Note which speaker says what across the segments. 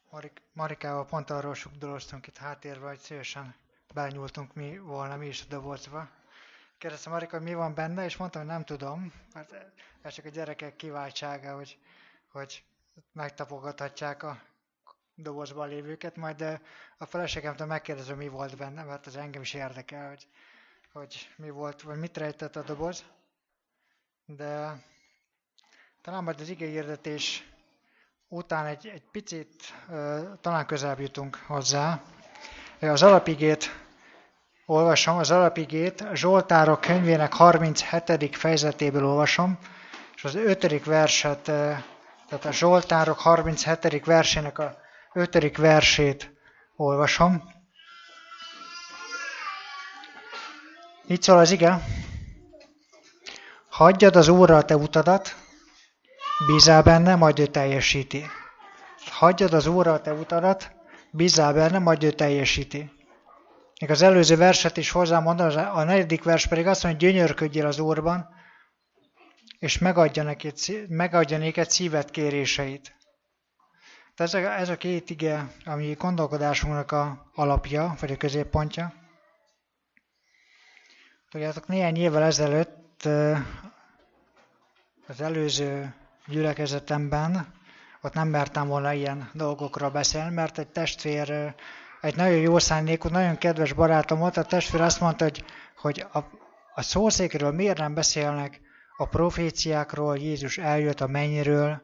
Speaker 1: Marikával pont arról sugdoloztunk itt háttérben, hogy szívesen belenyúltunk mi is a dobozba. Kérdeztem Marika, hogy mi van benne, és mondtam, hogy nem tudom, mert ez csak a gyerekek kiváltsága, hogy megtapogathatják a dobozban lévőket, majd a feleségemtől megkérdezem, mi volt benne, mert az engem is érdekel, hogy mi volt, vagy mit rejtett a doboz. De talán majd az igehirdetés után egy picit talán közelebb jutunk hozzá. Az alapigét olvasom, az alapigét a Zsoltárok könyvének 37. fejezetéből olvasom, és az 5. verset, tehát a Zsoltárok 37. versének a 5. versét olvasom. Így szól az ige. Hagyjad az Úrra a te utadat, bízzál benne, majd ő teljesíti. Hagyjad az Úrra a te utadat, bízzál benne, majd ő teljesíti. Még az előző verset is hozzámondom, a 4. vers pedig azt mondja, hogy gyönyörködjél az Úrban, és megadja néked szíved kéréseit. Tehát ez a két ige, ami gondolkodásunknak a alapja, vagy a középpontja. Tudjátok, néhány évvel ezelőtt az előző gyülekezetemben ott nem mertem volna ilyen dolgokról beszélni, mert egy testvér, egy nagyon jó szándékú, nagyon kedves barátom volt, a testvér azt mondta, hogy a szószékről miért nem beszélnek a proféciákról, Jézus eljött a mennyiről,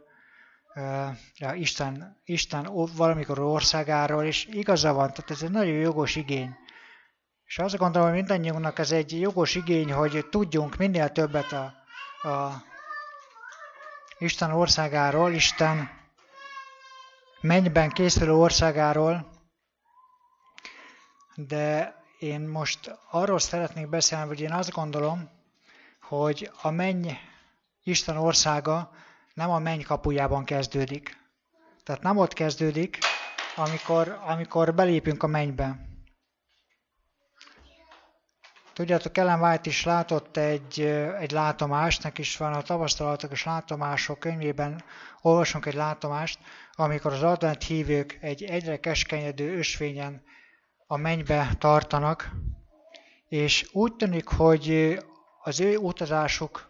Speaker 1: Isten valamikor országáról, és igaza van, tehát ez egy nagyon jogos igény. És azt gondolom, hogy mindannyiunknak ez egy jogos igény, hogy tudjunk minél többet a Isten országáról, Isten mennyben készülő országáról, de én most arról szeretnék beszélni, hogy én azt gondolom, hogy a menny Isten országa nem a menny kapujában kezdődik. Tehát nem ott kezdődik, amikor belépünk a mennybe. Tudjátok, Ellen White is látott egy látomást, neki is van a Tapasztalatok és Látomások könyvében, olvasunk egy látomást, amikor az advent hívők egy egyre keskenyedő ösvényen a mennybe tartanak, és úgy tűnik, hogy az ő utazásuk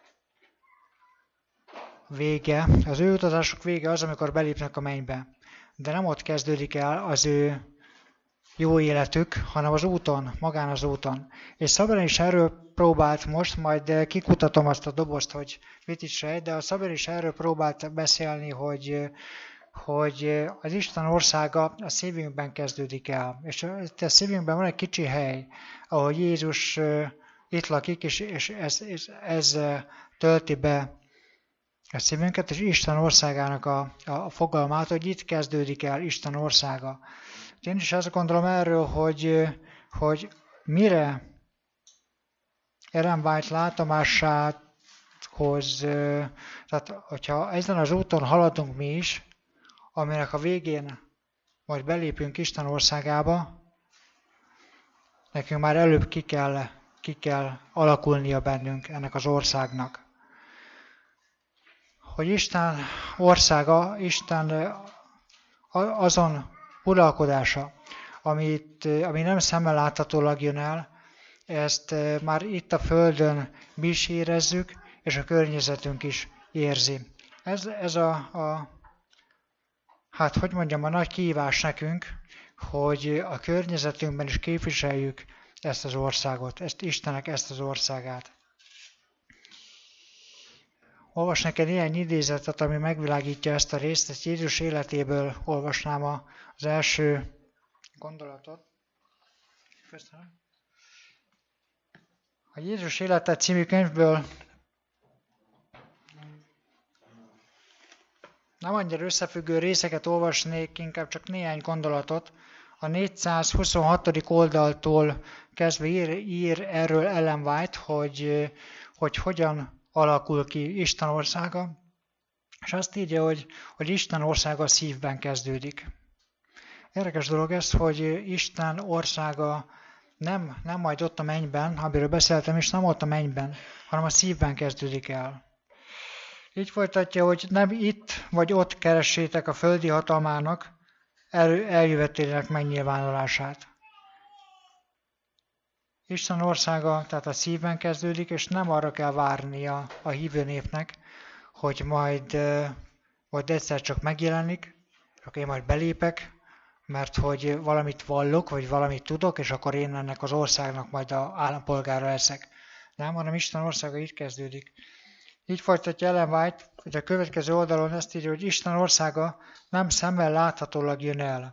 Speaker 1: vége az, amikor belépnek a mennybe. De nem ott kezdődik el az ő jó életük, hanem az úton, magán az úton. És Szaben is erről próbált most, majd kikutatom azt a dobozt, hogy mit is rejt, de a Szaben is erről próbált beszélni, hogy az Isten országa a szívünkben kezdődik el. És a szívünkben van egy kicsi hely, ahol Jézus itt lakik, és ez tölti be a szívünket, és Isten országának a fogalmát, hogy itt kezdődik el Isten országa. Én is azt gondolom erről, hogy mire Ellen White látomásához, tehát hogyha ezen az úton haladunk mi is, aminek a végén majd belépünk Isten országába, nekünk már előbb ki kell alakulnia bennünk ennek az országnak. Hogy Isten országa, Isten azon uralkodása, ami nem szemmel láthatólag jön el, ezt már itt a Földön mi is érezzük, és a környezetünk is érzi. Ez a nagy kihívás nekünk, hogy a környezetünkben is képviseljük ezt az országot, Istennek ezt az országát. Olvasnék egy néhány idézetet, ami megvilágítja ezt a részt, ezt Jézus életéből olvasnám az első gondolatot. Köszönöm. A Jézus élete című könyvből nem annyira összefüggő részeket olvasnék, inkább csak néhány gondolatot. A 426. oldaltól kezdve ír erről Ellen White, hogy hogyan alakul ki Isten országa, és azt írja, hogy Isten országa a szívben kezdődik. Érdekes dolog ez, hogy Isten országa nem majd ott a mennyben, amiről beszéltem is, nem ott a mennyben, hanem a szívben kezdődik el. Így folytatja, hogy nem itt vagy ott keressétek a földi hatalmának, eljövetélének megnyilvánulását. Isten országa tehát a szívben kezdődik, és nem arra kell várnia a hívő népnek, hogy majd egyszer csak megjelenik, akkor én majd belépek, mert hogy valamit vallok, vagy valamit tudok, és akkor én ennek az országnak majd a állampolgára leszek. Nem, hanem Isten országa itt kezdődik. Így folytatja Ellen White, hogy a következő oldalon ezt írja, hogy Isten országa nem szemmel láthatólag jön el.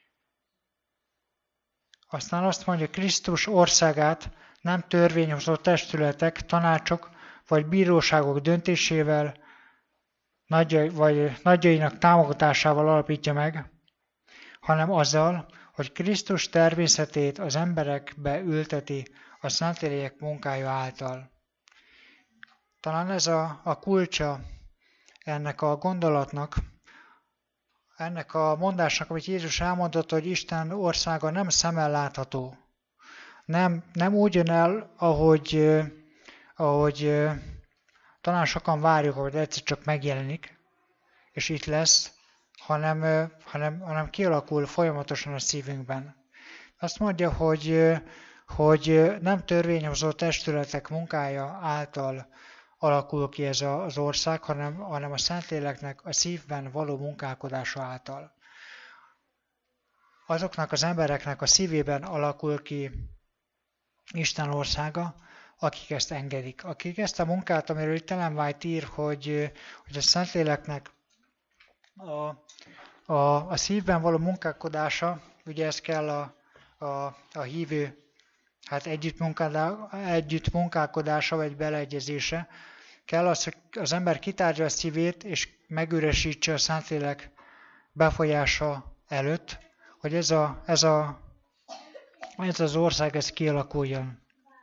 Speaker 1: Aztán azt mondja, Krisztus országát nem törvényhozó testületek, tanácsok vagy bíróságok döntésével, vagy nagyjainak támogatásával alapítja meg, hanem azzal, hogy Krisztus természetét az emberekbe ülteti a szentélyek munkája által. Talán ez a kulcsa ennek a gondolatnak, ennek a mondásnak, amit Jézus elmondott, hogy Isten országa nem szemmel látható. Nem úgy jön el, ahogy talán sokan várjuk, hogy egyszer csak megjelenik, és itt lesz, hanem kialakul folyamatosan a szívünkben. Azt mondja, hogy nem törvényhozó testületek munkája által alakul ki ez az ország, hanem a Szentléleknek a szívben való munkálkodása által. Azoknak az embereknek a szívében alakul ki Isten országa, akik ezt engedik. Akik ezt a munkát, amiről itt Ellen White ír, hogy a Szentléleknek a szívben való munkálkodása, ugye ez kell a hívő együtt munkálkodása vagy beleegyezése, kell az, hogy az ember kitárja a szívét és megüresítse a Szentlélek befolyása előtt, hogy ez az ország ez kialakuljon.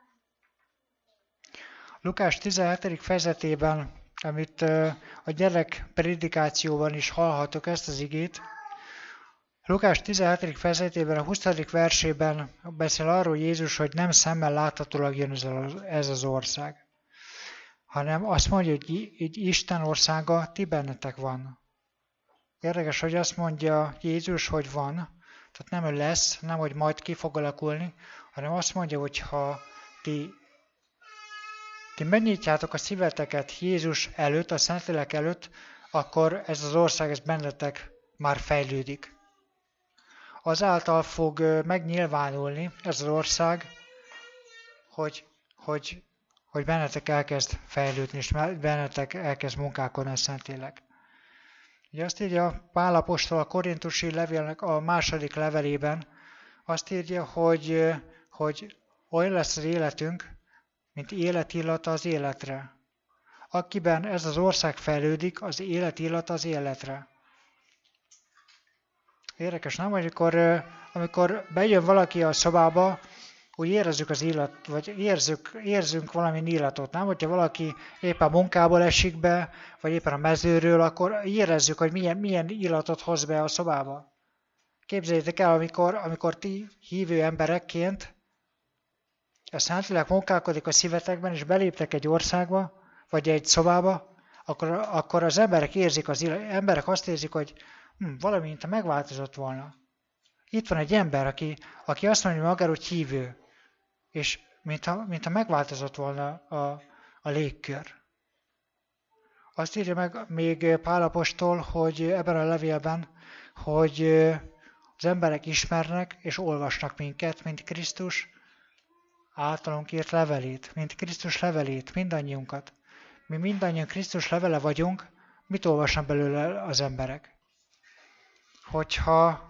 Speaker 1: Lukás 17. fejezetében, amit a gyerek predikációban is hallhatok ezt az igét, Lukás 17. fejezetében, a 20. versében beszél arról Jézus, hogy nem szemmel láthatólag jön ez az ország, hanem azt mondja, hogy Isten országa ti bennetek van. Érdekes, hogy azt mondja Jézus, hogy van, tehát nem hogy lesz, nem hogy majd ki fog alakulni, hanem azt mondja, hogy ha ti megnyitjátok a szíveteket Jézus előtt, a Szentlélek előtt, akkor ez az ország ez bennetek már fejlődik. Azáltal fog megnyilvánulni ez az ország, hogy bennetek elkezd fejlődni, és bennetek elkezd munkálkodni a Szentlélek. Ugye azt írja Pál apostol a korintusi levélnek a második levelében, azt írja, hogy olyan lesz az életünk, mint életillata az életre. Akiben ez az ország fejlődik, az életillata az életre. Érdekes, nem? Amikor bejön valaki a szobába, úgy érezzük az illat, vagy érzünk valami illatot, nem? Hogyha valaki éppen munkából esik be, vagy éppen a mezőről, akkor érezzük, hogy milyen illatot hoz be a szobába. Képzeljétek el, amikor ti hívő emberekként a Szentlélek munkálkodik a szívetekben, és beléptek egy országba, vagy egy szobába, akkor az emberek érzik emberek azt érzik, hogy valami, mintha megváltozott volna. Itt van egy ember, aki azt mondja magáról, hogy hívő, és mintha megváltozott volna a légkör. Azt írja meg még Pál apostol, hogy ebben a levélben, hogy az emberek ismernek és olvasnak minket, mint Krisztus általunk írt levelét, mint Krisztus levelét, mindannyiunkat. Mi mindannyian Krisztus levele vagyunk, mit olvasnak belőle az emberek? Ha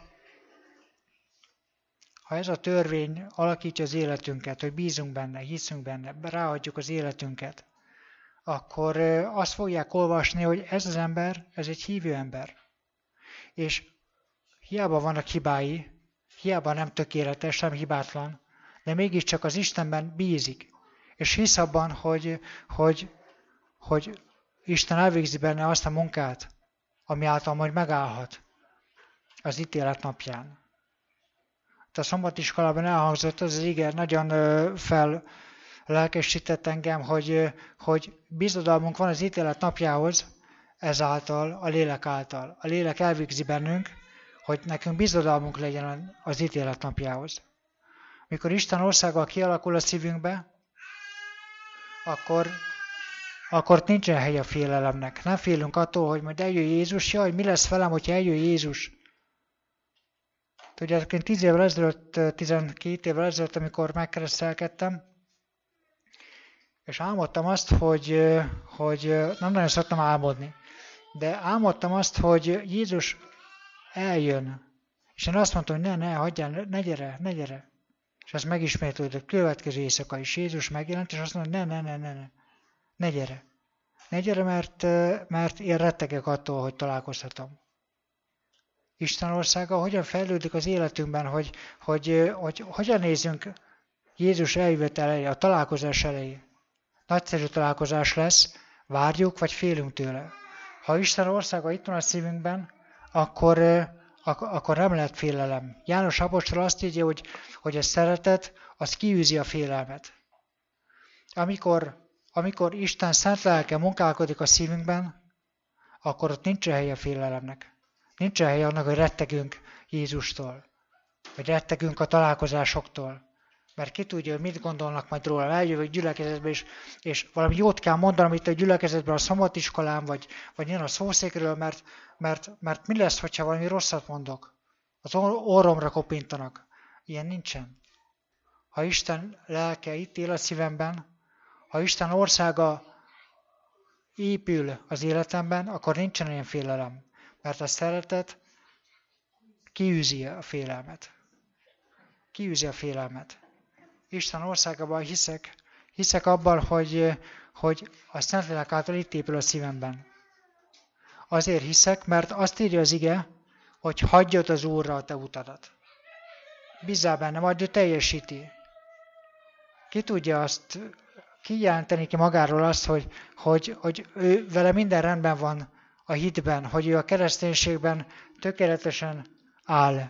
Speaker 1: ez a törvény alakítja az életünket, hogy bízunk benne, hiszünk benne, ráadjuk az életünket, akkor azt fogják olvasni, hogy ez az ember, ez egy hívő ember. És hiába vannak hibái, hiába nem tökéletes, nem hibátlan, de mégiscsak az Istenben bízik. És hisz abban, hogy Isten elvégzi benne azt a munkát, ami által majd megállhat az ítélet napján. A szombatiskolában elhangzott az ige, nagyon lelkesített engem, hogy bizodalmunk van az ítélet napjához, ezáltal, a lélek által. A lélek elvégzi bennünk, hogy nekünk bizodalmunk legyen az ítélet napjához. Mikor Isten országa kialakul a szívünkbe, akkor nincsen hely a félelemnek. Nem félünk attól, hogy majd eljön Jézus. Jaj, mi lesz velem, hogyha eljön Jézus? Tudjátok, én 10 évvel ezelőtt, 12 évvel ezelőtt, amikor megkeresztelkedtem, és álmodtam azt, hogy nem nagyon szoktam álmodni, de álmodtam azt, hogy Jézus eljön. És én azt mondtam, hogy ne, hagyjál, ne gyere. És ez megismétlődött következő éjszaka is. Jézus megjelent, és azt mondta, ne gyere. Ne gyere, mert én rettegek attól, hogy találkozhatom. Isten országa hogyan fejlődik az életünkben, hogy hogyan nézzünk Jézus eljövetel elé, a találkozás elé. Nagyszerű találkozás lesz, várjuk, vagy félünk tőle. Ha Isten országa itt van a szívünkben, akkor nem lehet félelem. János apostol azt írja, hogy a szeretet, az kiűzi a félelmet. Amikor Isten szent lelke munkálkodik a szívünkben, akkor ott nincs hely a félelemnek. Nincs hely annak, hogy rettegünk Jézustól, vagy rettegünk a találkozásoktól. Mert ki tudja, hogy mit gondolnak majd róla. Eljövök gyülekezetbe, és valami jót kell mondanom itt a gyülekezetben, a szombatiskolán, vagy én a szószékről, mert mi lesz, hogyha valami rosszat mondok? Az orromra kopintanak. Ilyen nincsen. Ha Isten lelke itt él a szívemben, ha Isten országa épül az életemben, akkor nincsen olyan félelem. Mert a szeretet kiűzi a félelmet. Kiűzi a félelmet. Isten országában hiszek abban, hogy a Szentlélek által itt épül a szívemben. Azért hiszek, mert azt írja az ige, hogy hagyjad az Úrra a te utadat. Bízzál benne, majd ő teljesíti. Ki tudja azt kijelenteni ki magáról azt, hogy ő vele minden rendben van a hitben, hogy ő a kereszténységben tökéletesen áll.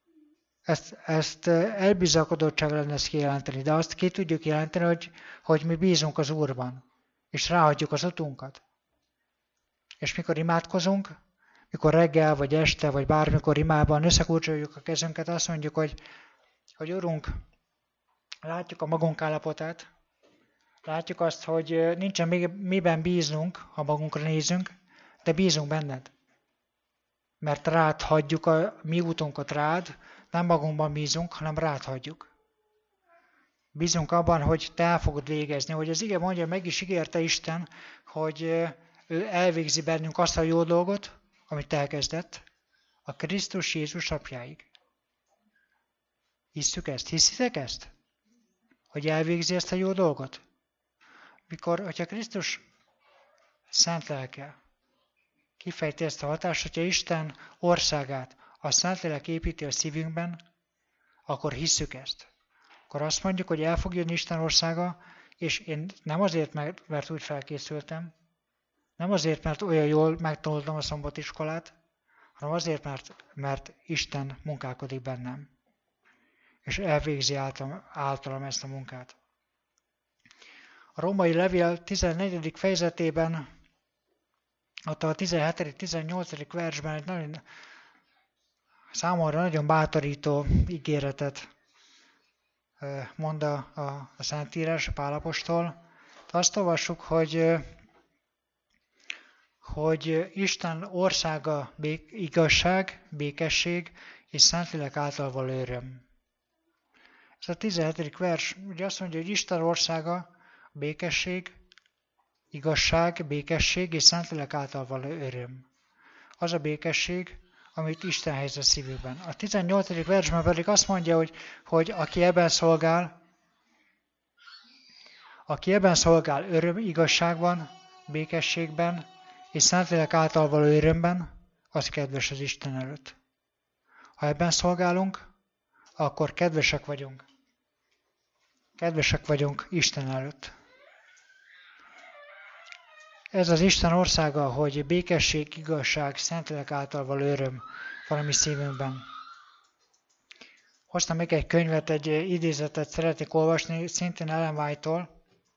Speaker 1: Ezt elbizakodottság lenne ezt kijelenteni, de azt ki tudjuk jelenteni, hogy mi bízunk az Úrban, és ráhagyjuk az utunkat. És mikor imádkozunk, mikor reggel, vagy este, vagy bármikor imában összekulcsoljuk a kezünket, azt mondjuk, hogy Urunk, látjuk a magunk állapotát, látjuk azt, hogy nincsen miben bíznunk, ha magunkra nézünk, de bízunk benned. Mert rád hagyjuk a mi útunkat rád, nem magunkban bízunk, hanem rád hagyjuk. Bízunk abban, hogy te el fogod végezni, hogy az ige mondja, meg is ígérte Isten, hogy ő elvégzi bennünk azt a jó dolgot, amit elkezdett, a Krisztus Jézus napjáig. Hisszük ezt? Hiszitek ezt? Hogy elvégzi ezt a jó dolgot? Hogyha Krisztus szent lelke kifejti ezt a hatást, hogyha Isten országát a Szentlélek építi a szívünkben, akkor hisszük ezt. Akkor azt mondjuk, hogy el fog jönni Isten országa, és én nem azért, mert úgy felkészültem, nem azért, mert olyan jól megtanultam a szombatiskolát, hanem azért, mert Isten munkálkodik bennem, és elvégzi általam ezt a munkát. A római levél 14. fejezetében, a 17.-18. versben egy számomra nagyon bátorító ígéretet mond a Szentírás, a Pál apostol. Azt olvassuk, hogy Isten országa igazság, békesség és Szentlélek által való öröm. Ez a 17. vers ugye azt mondja, hogy Isten országa békesség, igazság, békesség és Szentlélek által való öröm. Az a békesség, amit Isten helyez a szívükben. A 18. versben pedig azt mondja, hogy aki ebben szolgál öröm, igazságban, békességben és Szentlélek által való örömben, az kedves az Isten előtt. Ha ebben szolgálunk, akkor kedvesek vagyunk. Kedvesek vagyunk Isten előtt. Ez az Isten országa, hogy békesség, igazság, Szentlélek által való öröm van a mi szívünkben. Hoztam még egy könyvet, egy idézetet szeretnék olvasni, szintén Ellen White-tól.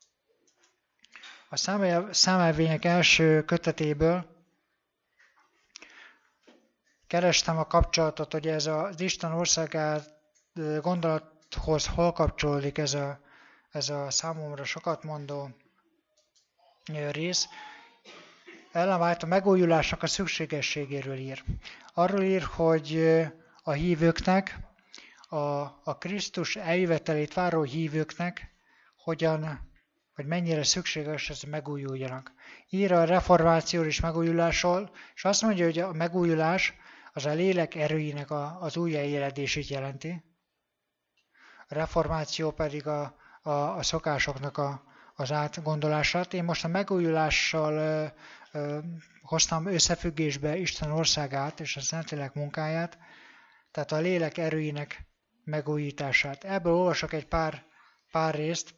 Speaker 1: A Számelvények első kötetéből kerestem a kapcsolatot, hogy ez az Isten országát gondolathoz hol kapcsolódik ez a számomra sokat mondó rész. Ellen White a megújulásnak a szükségességéről ír. Arról ír, hogy a hívőknek, a Krisztus eljövetelét váró hívőknek hogy mennyire szükséges, hogy megújuljanak. Ír a reformáció és megújulásról, és azt mondja, hogy a megújulás az a lélek erőinek az újjáéledését jelenti. A reformáció pedig a szokásoknak az átgondolását. Én most a megújulással hoztam összefüggésbe Isten országát és a Szentlélek munkáját, tehát a lélek erőinek megújítását. Ebből olvasok egy pár részt.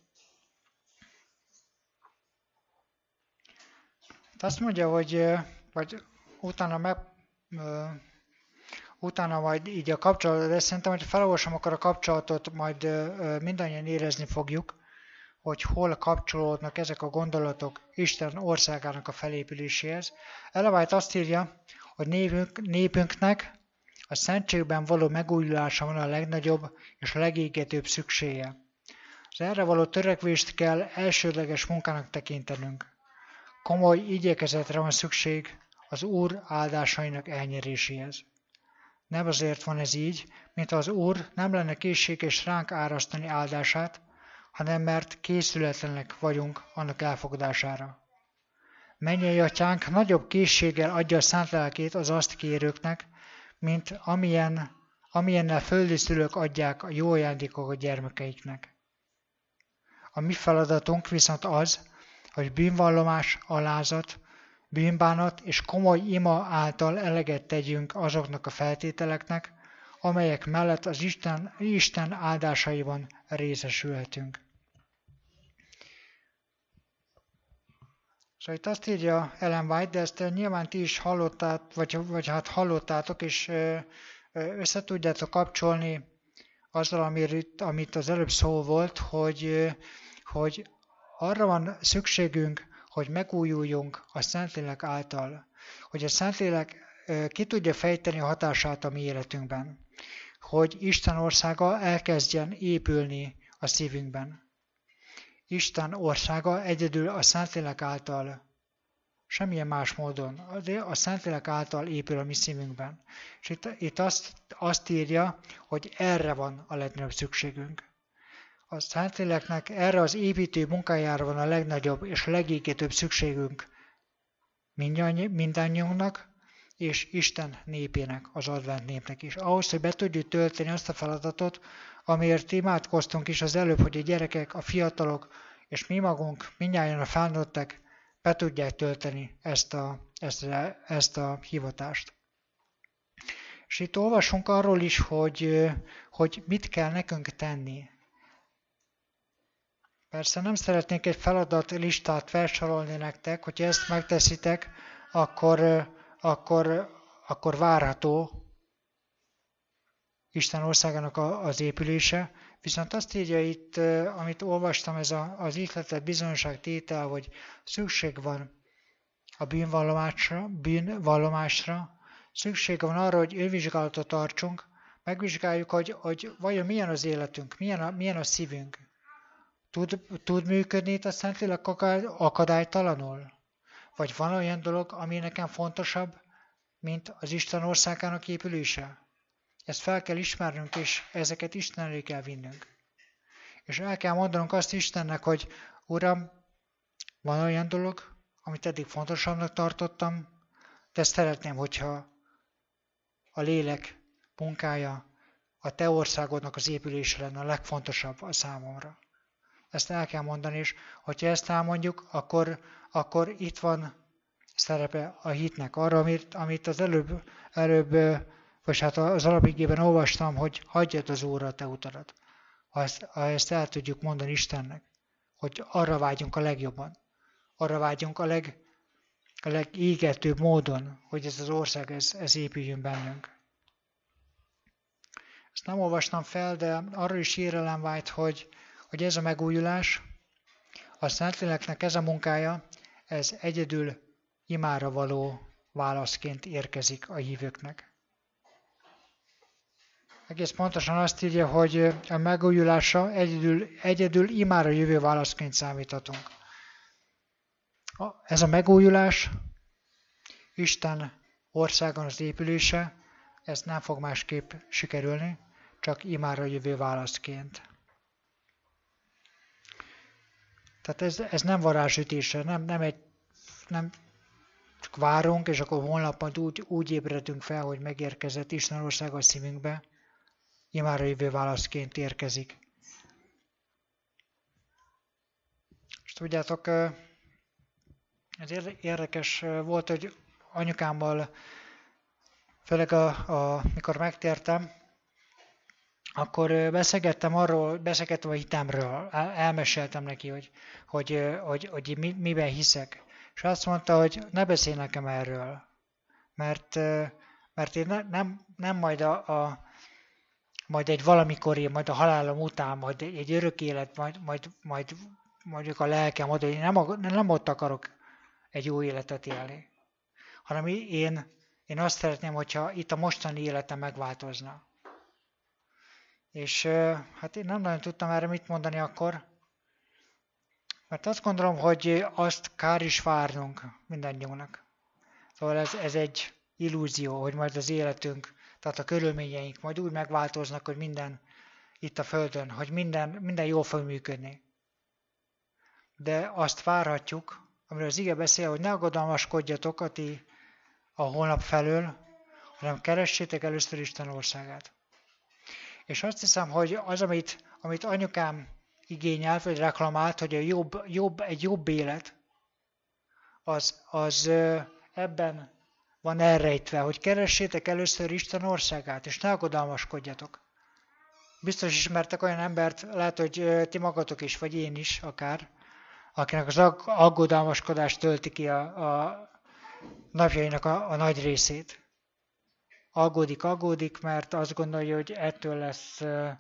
Speaker 1: Azt mondja, hogy vagy utána majd így a kapcsolat, de szerintem, hogy felolvasom, akkor a kapcsolatot majd mindannyian érezni fogjuk, hogy hol kapcsolódnak ezek a gondolatok Isten országának a felépüléséhez. Ellen White azt írja, hogy népünknek a szentségben való megújulása van a legnagyobb és a legégetőbb szüksége. Az erre való törekvést kell elsődleges munkának tekintenünk. Komoly igyekezetre van szükség az Úr áldásainak elnyeréséhez. Nem azért van ez így, mint az Úr nem lenne készséges ránk árasztani áldását, hanem mert készületlenek vagyunk annak elfogadására. Mennyei Atyánk nagyobb készséggel adja a szent lelkét az azt kérőknek, mint amilyennel földi szülők adják a jó ajándékok a gyermekeiknek. A mi feladatunk viszont az, hogy bűnvallomás, alázat, bűnbánat és komoly ima által eleget tegyünk azoknak a feltételeknek, amelyek mellett az Isten áldásaiban részesülhetünk. Szóval itt azt írja Ellen White, de ezt nyilván ti is hallottátok, és össze tudjátok kapcsolni azzal, amit az előbb szó volt, hogy arra van szükségünk, hogy megújuljunk a Szentlélek által, hogy a Szentlélek ki tudja fejteni a hatását a mi életünkben, hogy Isten országa elkezdjen épülni a szívünkben. Isten országa egyedül a Szentlélek által, semmilyen más módon, a Szentlélek által épül a mi szívünkben. És itt azt írja, hogy erre van a legnagyobb szükségünk. A Szentléleknek erre az építő munkájára van a legnagyobb és legégetőbb szükségünk mindannyiunknak, és Isten népének, az advent népnek is. Ahhoz, hogy be tudjuk tölteni azt a feladatot, amiért imádkoztunk is az előbb, hogy a gyerekek, a fiatalok, és mi magunk, mindnyájan a felnőttek be tudják tölteni ezt a hivatást. És itt olvasunk arról is, hogy mit kell nekünk tenni. Persze nem szeretnék egy feladatlistát felsorolni nektek, hogyha ezt megteszitek, akkor várható Isten országának az épülése. Viszont azt írja itt, amit olvastam, ez az ihletett bizonyosságtétel, hogy szükség van a bűnvallomásra, szükség van arra, hogy önvizsgálatot tartsunk, megvizsgáljuk, hogy vajon milyen az életünk, milyen a szívünk. Tud működni itt a Szentlélek akadálytalanul? Vagy van olyan dolog, ami nekem fontosabb, mint az Isten országának épülése? Ezt fel kell ismernünk, és ezeket Isten elé kell vinnünk. És el kell mondanunk azt Istennek, hogy Uram, van olyan dolog, amit eddig fontosabbnak tartottam, de szeretném, hogyha a lélek munkája, a te országodnak az épülése lenne a legfontosabb a számomra. Ezt el kell mondani, és hogyha ezt elmondjuk, akkor itt van szerepe a hitnek. Arra, amit az előbb vagy hát az alapigében olvastam, hogy hagyjad az Úrra a te utadat. Ha ezt el tudjuk mondani Istennek, hogy arra vágyunk a legjobban, arra vágyunk a legégetőbb módon, hogy ez az ország, ez épüljön bennünk. Ezt nem olvastam fel, de arról is ír Ellen White, hogy ez a megújulás, a Szentléleknek ez a munkája, ez egyedül imára való válaszként érkezik a hívőknek. egész pontosan azt írja, hogy a megújulásra egyedül imára jövő válaszként számíthatunk. Ez a megújulás, Isten országon az épülése, ez nem fog másképp sikerülni, csak imára jövő válaszként. Tehát ez nem varázsütésre, nem csak várunk, és akkor holnap majd úgy ébredünk fel, hogy megérkezett Isten ország a szívünkbe, imára jövő válaszként érkezik. És tudjátok, ez érdekes volt, hogy anyukámmal, főleg mikor megtértem, akkor beszélgettem a hitemről, elmeséltem neki, hogy miben hiszek. És azt mondta, hogy ne beszélj nekem erről, mert én nem majd majd egy valamikor, majd a halálom után, majd egy örök élet, majd mondjuk a lelkem oda, én nem ott akarok egy jó életet élni, hanem én azt szeretném, hogyha itt a mostani életem megváltozna. És hát én nem nagyon tudtam erre mit mondani akkor, mert azt gondolom, hogy azt kár is várnunk mindannyiunknak. Szóval ez egy illúzió, hogy majd az életünk, tehát a körülményeink majd úgy megváltoznak, hogy minden itt a Földön, hogy minden jól fog működni. De azt várhatjuk, amiről az ige beszél, hogy ne aggodalmaskodjatok a holnap felől, hanem keressétek először Isten országát. És azt hiszem, hogy az, amit anyukám igényelt, vagy reklamált, hogy egy jobb élet, az ebben van elrejtve, hogy keressétek először Isten országát, és ne aggodalmaskodjatok. Biztos ismertek olyan embert, lehet, hogy ti magatok is, vagy én is akár, akinek az aggodalmaskodás tölti ki a napjainak a nagy részét. Aggódik, mert azt gondolja, hogy ettől lesz,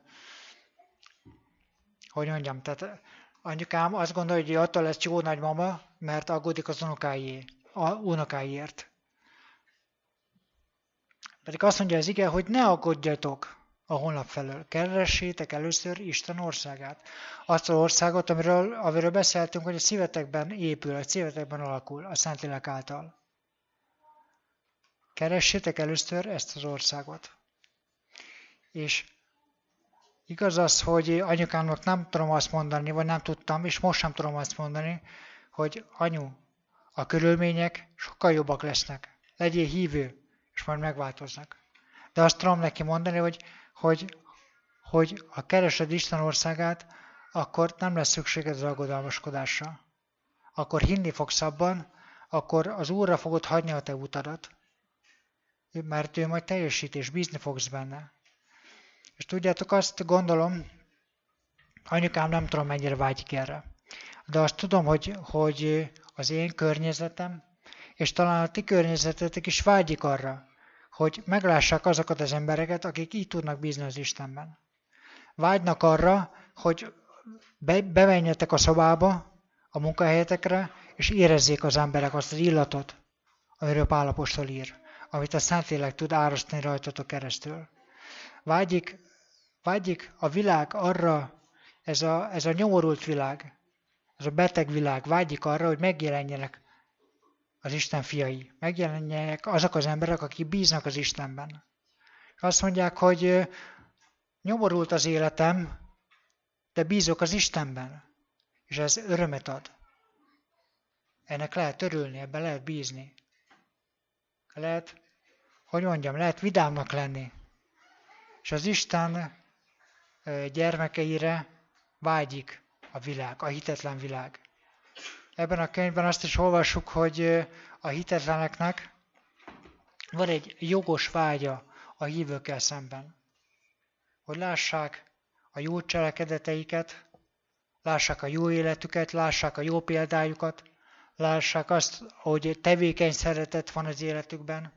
Speaker 1: hogy mondjam, tehát anyukám azt gondolja, hogy attól lesz jó nagymama, mert aggódik az unokáiért. Pedig azt mondja az ige, hogy ne aggódjatok a holnap felől. Keressétek először Isten országát. Azt az országot, amiről beszéltünk, hogy a szívetekben épül, a szívetekben alakul, a Szentlélek által. Keressétek először ezt az országot. És igaz az, hogy anyukámnak nem tudom azt mondani, vagy nem tudtam, és most sem tudom azt mondani, hogy anyu, a körülmények sokkal jobbak lesznek. Legyél hívő, és majd megváltoznak. De azt tudom neki mondani, hogy ha keresed Isten országát, akkor nem lesz szükséged az aggodalmaskodásra. Akkor hinni fogsz abban, akkor az Úrra fogod hagyni a te utadat, mert ő majd teljesít, és bízni fogsz benne. És tudjátok, azt gondolom, anyukám nem tudom mennyire vágyik erre, de azt tudom, hogy az én környezetem, és talán a ti környezetetek is vágyik arra, hogy meglássák azokat az embereket, akik így tudnak bízni az Istenben. Vágynak arra, hogy bemenjetek a szobába, a munkahelyetekre, és érezzék az emberek azt az illatot, amiről Pál apostol ír, amit a Szentlélek tud árasztani rajtatok keresztül. Vágyik a világ arra, ez a nyomorult világ, ez a beteg világ, vágyik arra, hogy megjelenjenek az Isten fiai, megjelenjenek azok az emberek, akik bíznak az Istenben. Azt mondják, hogy nyomorult az életem, de bízok az Istenben, és ez örömet ad. Ennek lehet örülni, ebben lehet bízni. Lehet vidámnak lenni. És az Isten gyermekeire vágyik a világ, a hitetlen világ. Ebben a könyvben azt is olvassuk, hogy a hitetleneknek van egy jogos vágya a hívőkkel szemben. Hogy lássák a jó cselekedeteiket, lássák a jó életüket, lássák a jó példájukat, lássák hogy tevékeny szeretet van az életükben.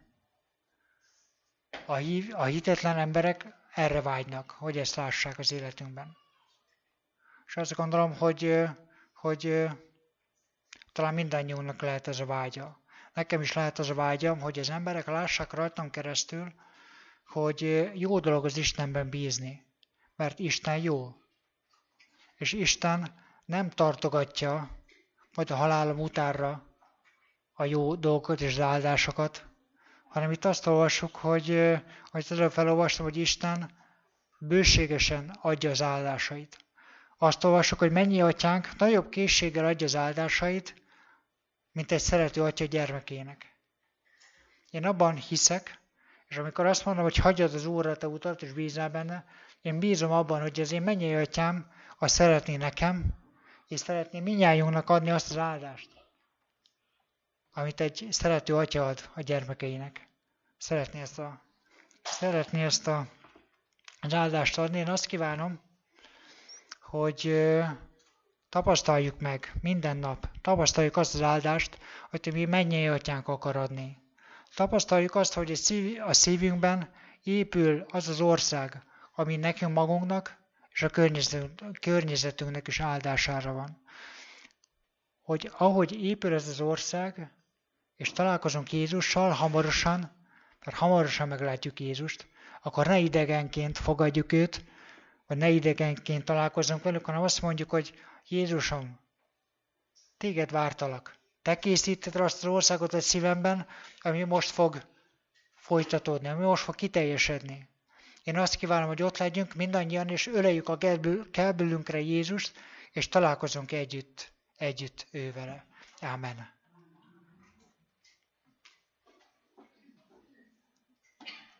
Speaker 1: A hitetlen emberek erre vágynak, hogy ezt lássák az életünkben. És azt gondolom, hogy talán mindannyiunknak lehet ez a vágya. Nekem is lehet az a vágyam, hogy az emberek lássák rajtam keresztül, hogy jó dolog az Istenben bízni, mert Isten jó. És Isten nem tartogatja majd a halálom utánra a jó dolgokat és az áldásokat, hanem itt azt olvassuk, hogy az előbb felolvastam, hogy Isten bőségesen adja az áldásait. Azt olvassuk, hogy mennyi atyánk nagyobb készséggel adja az áldásait, mint egy szerető atya gyermekének. Én abban hiszek, és amikor azt mondom, hogy hagyjad az Úrra te utat, és bízzál benne, én bízom abban, hogy az én mennyei atyám azt szeretné nekem, és szeretné mindnyájunknak adni azt az áldást, amit egy szerető atya ad a gyermekeinek. Szeretné ezt az áldást adni. Én azt kívánom, hogy tapasztaljuk meg minden nap, tapasztaljuk azt az áldást, hogy mi mennyei atyánk akar adni. Tapasztaljuk azt, hogy a szívünkben épül az az ország, ami nekünk magunknak és a környezetünknek is áldására van. Hogy ahogy épül ez az ország, és találkozunk Jézussal hamarosan, mert hamarosan meglátjuk Jézust, akkor ne idegenként fogadjuk őt, vagy ne idegenként találkozzunk velük, hanem azt mondjuk, hogy Jézusom, téged vártalak. Te készítetted azt az országot a szívemben, ami most fog folytatódni, ami most fog kiteljesedni. Én azt kívánom, hogy ott legyünk mindannyian, és öleljük a kábelünkre Jézust, és találkozunk együtt ővele. Ámen.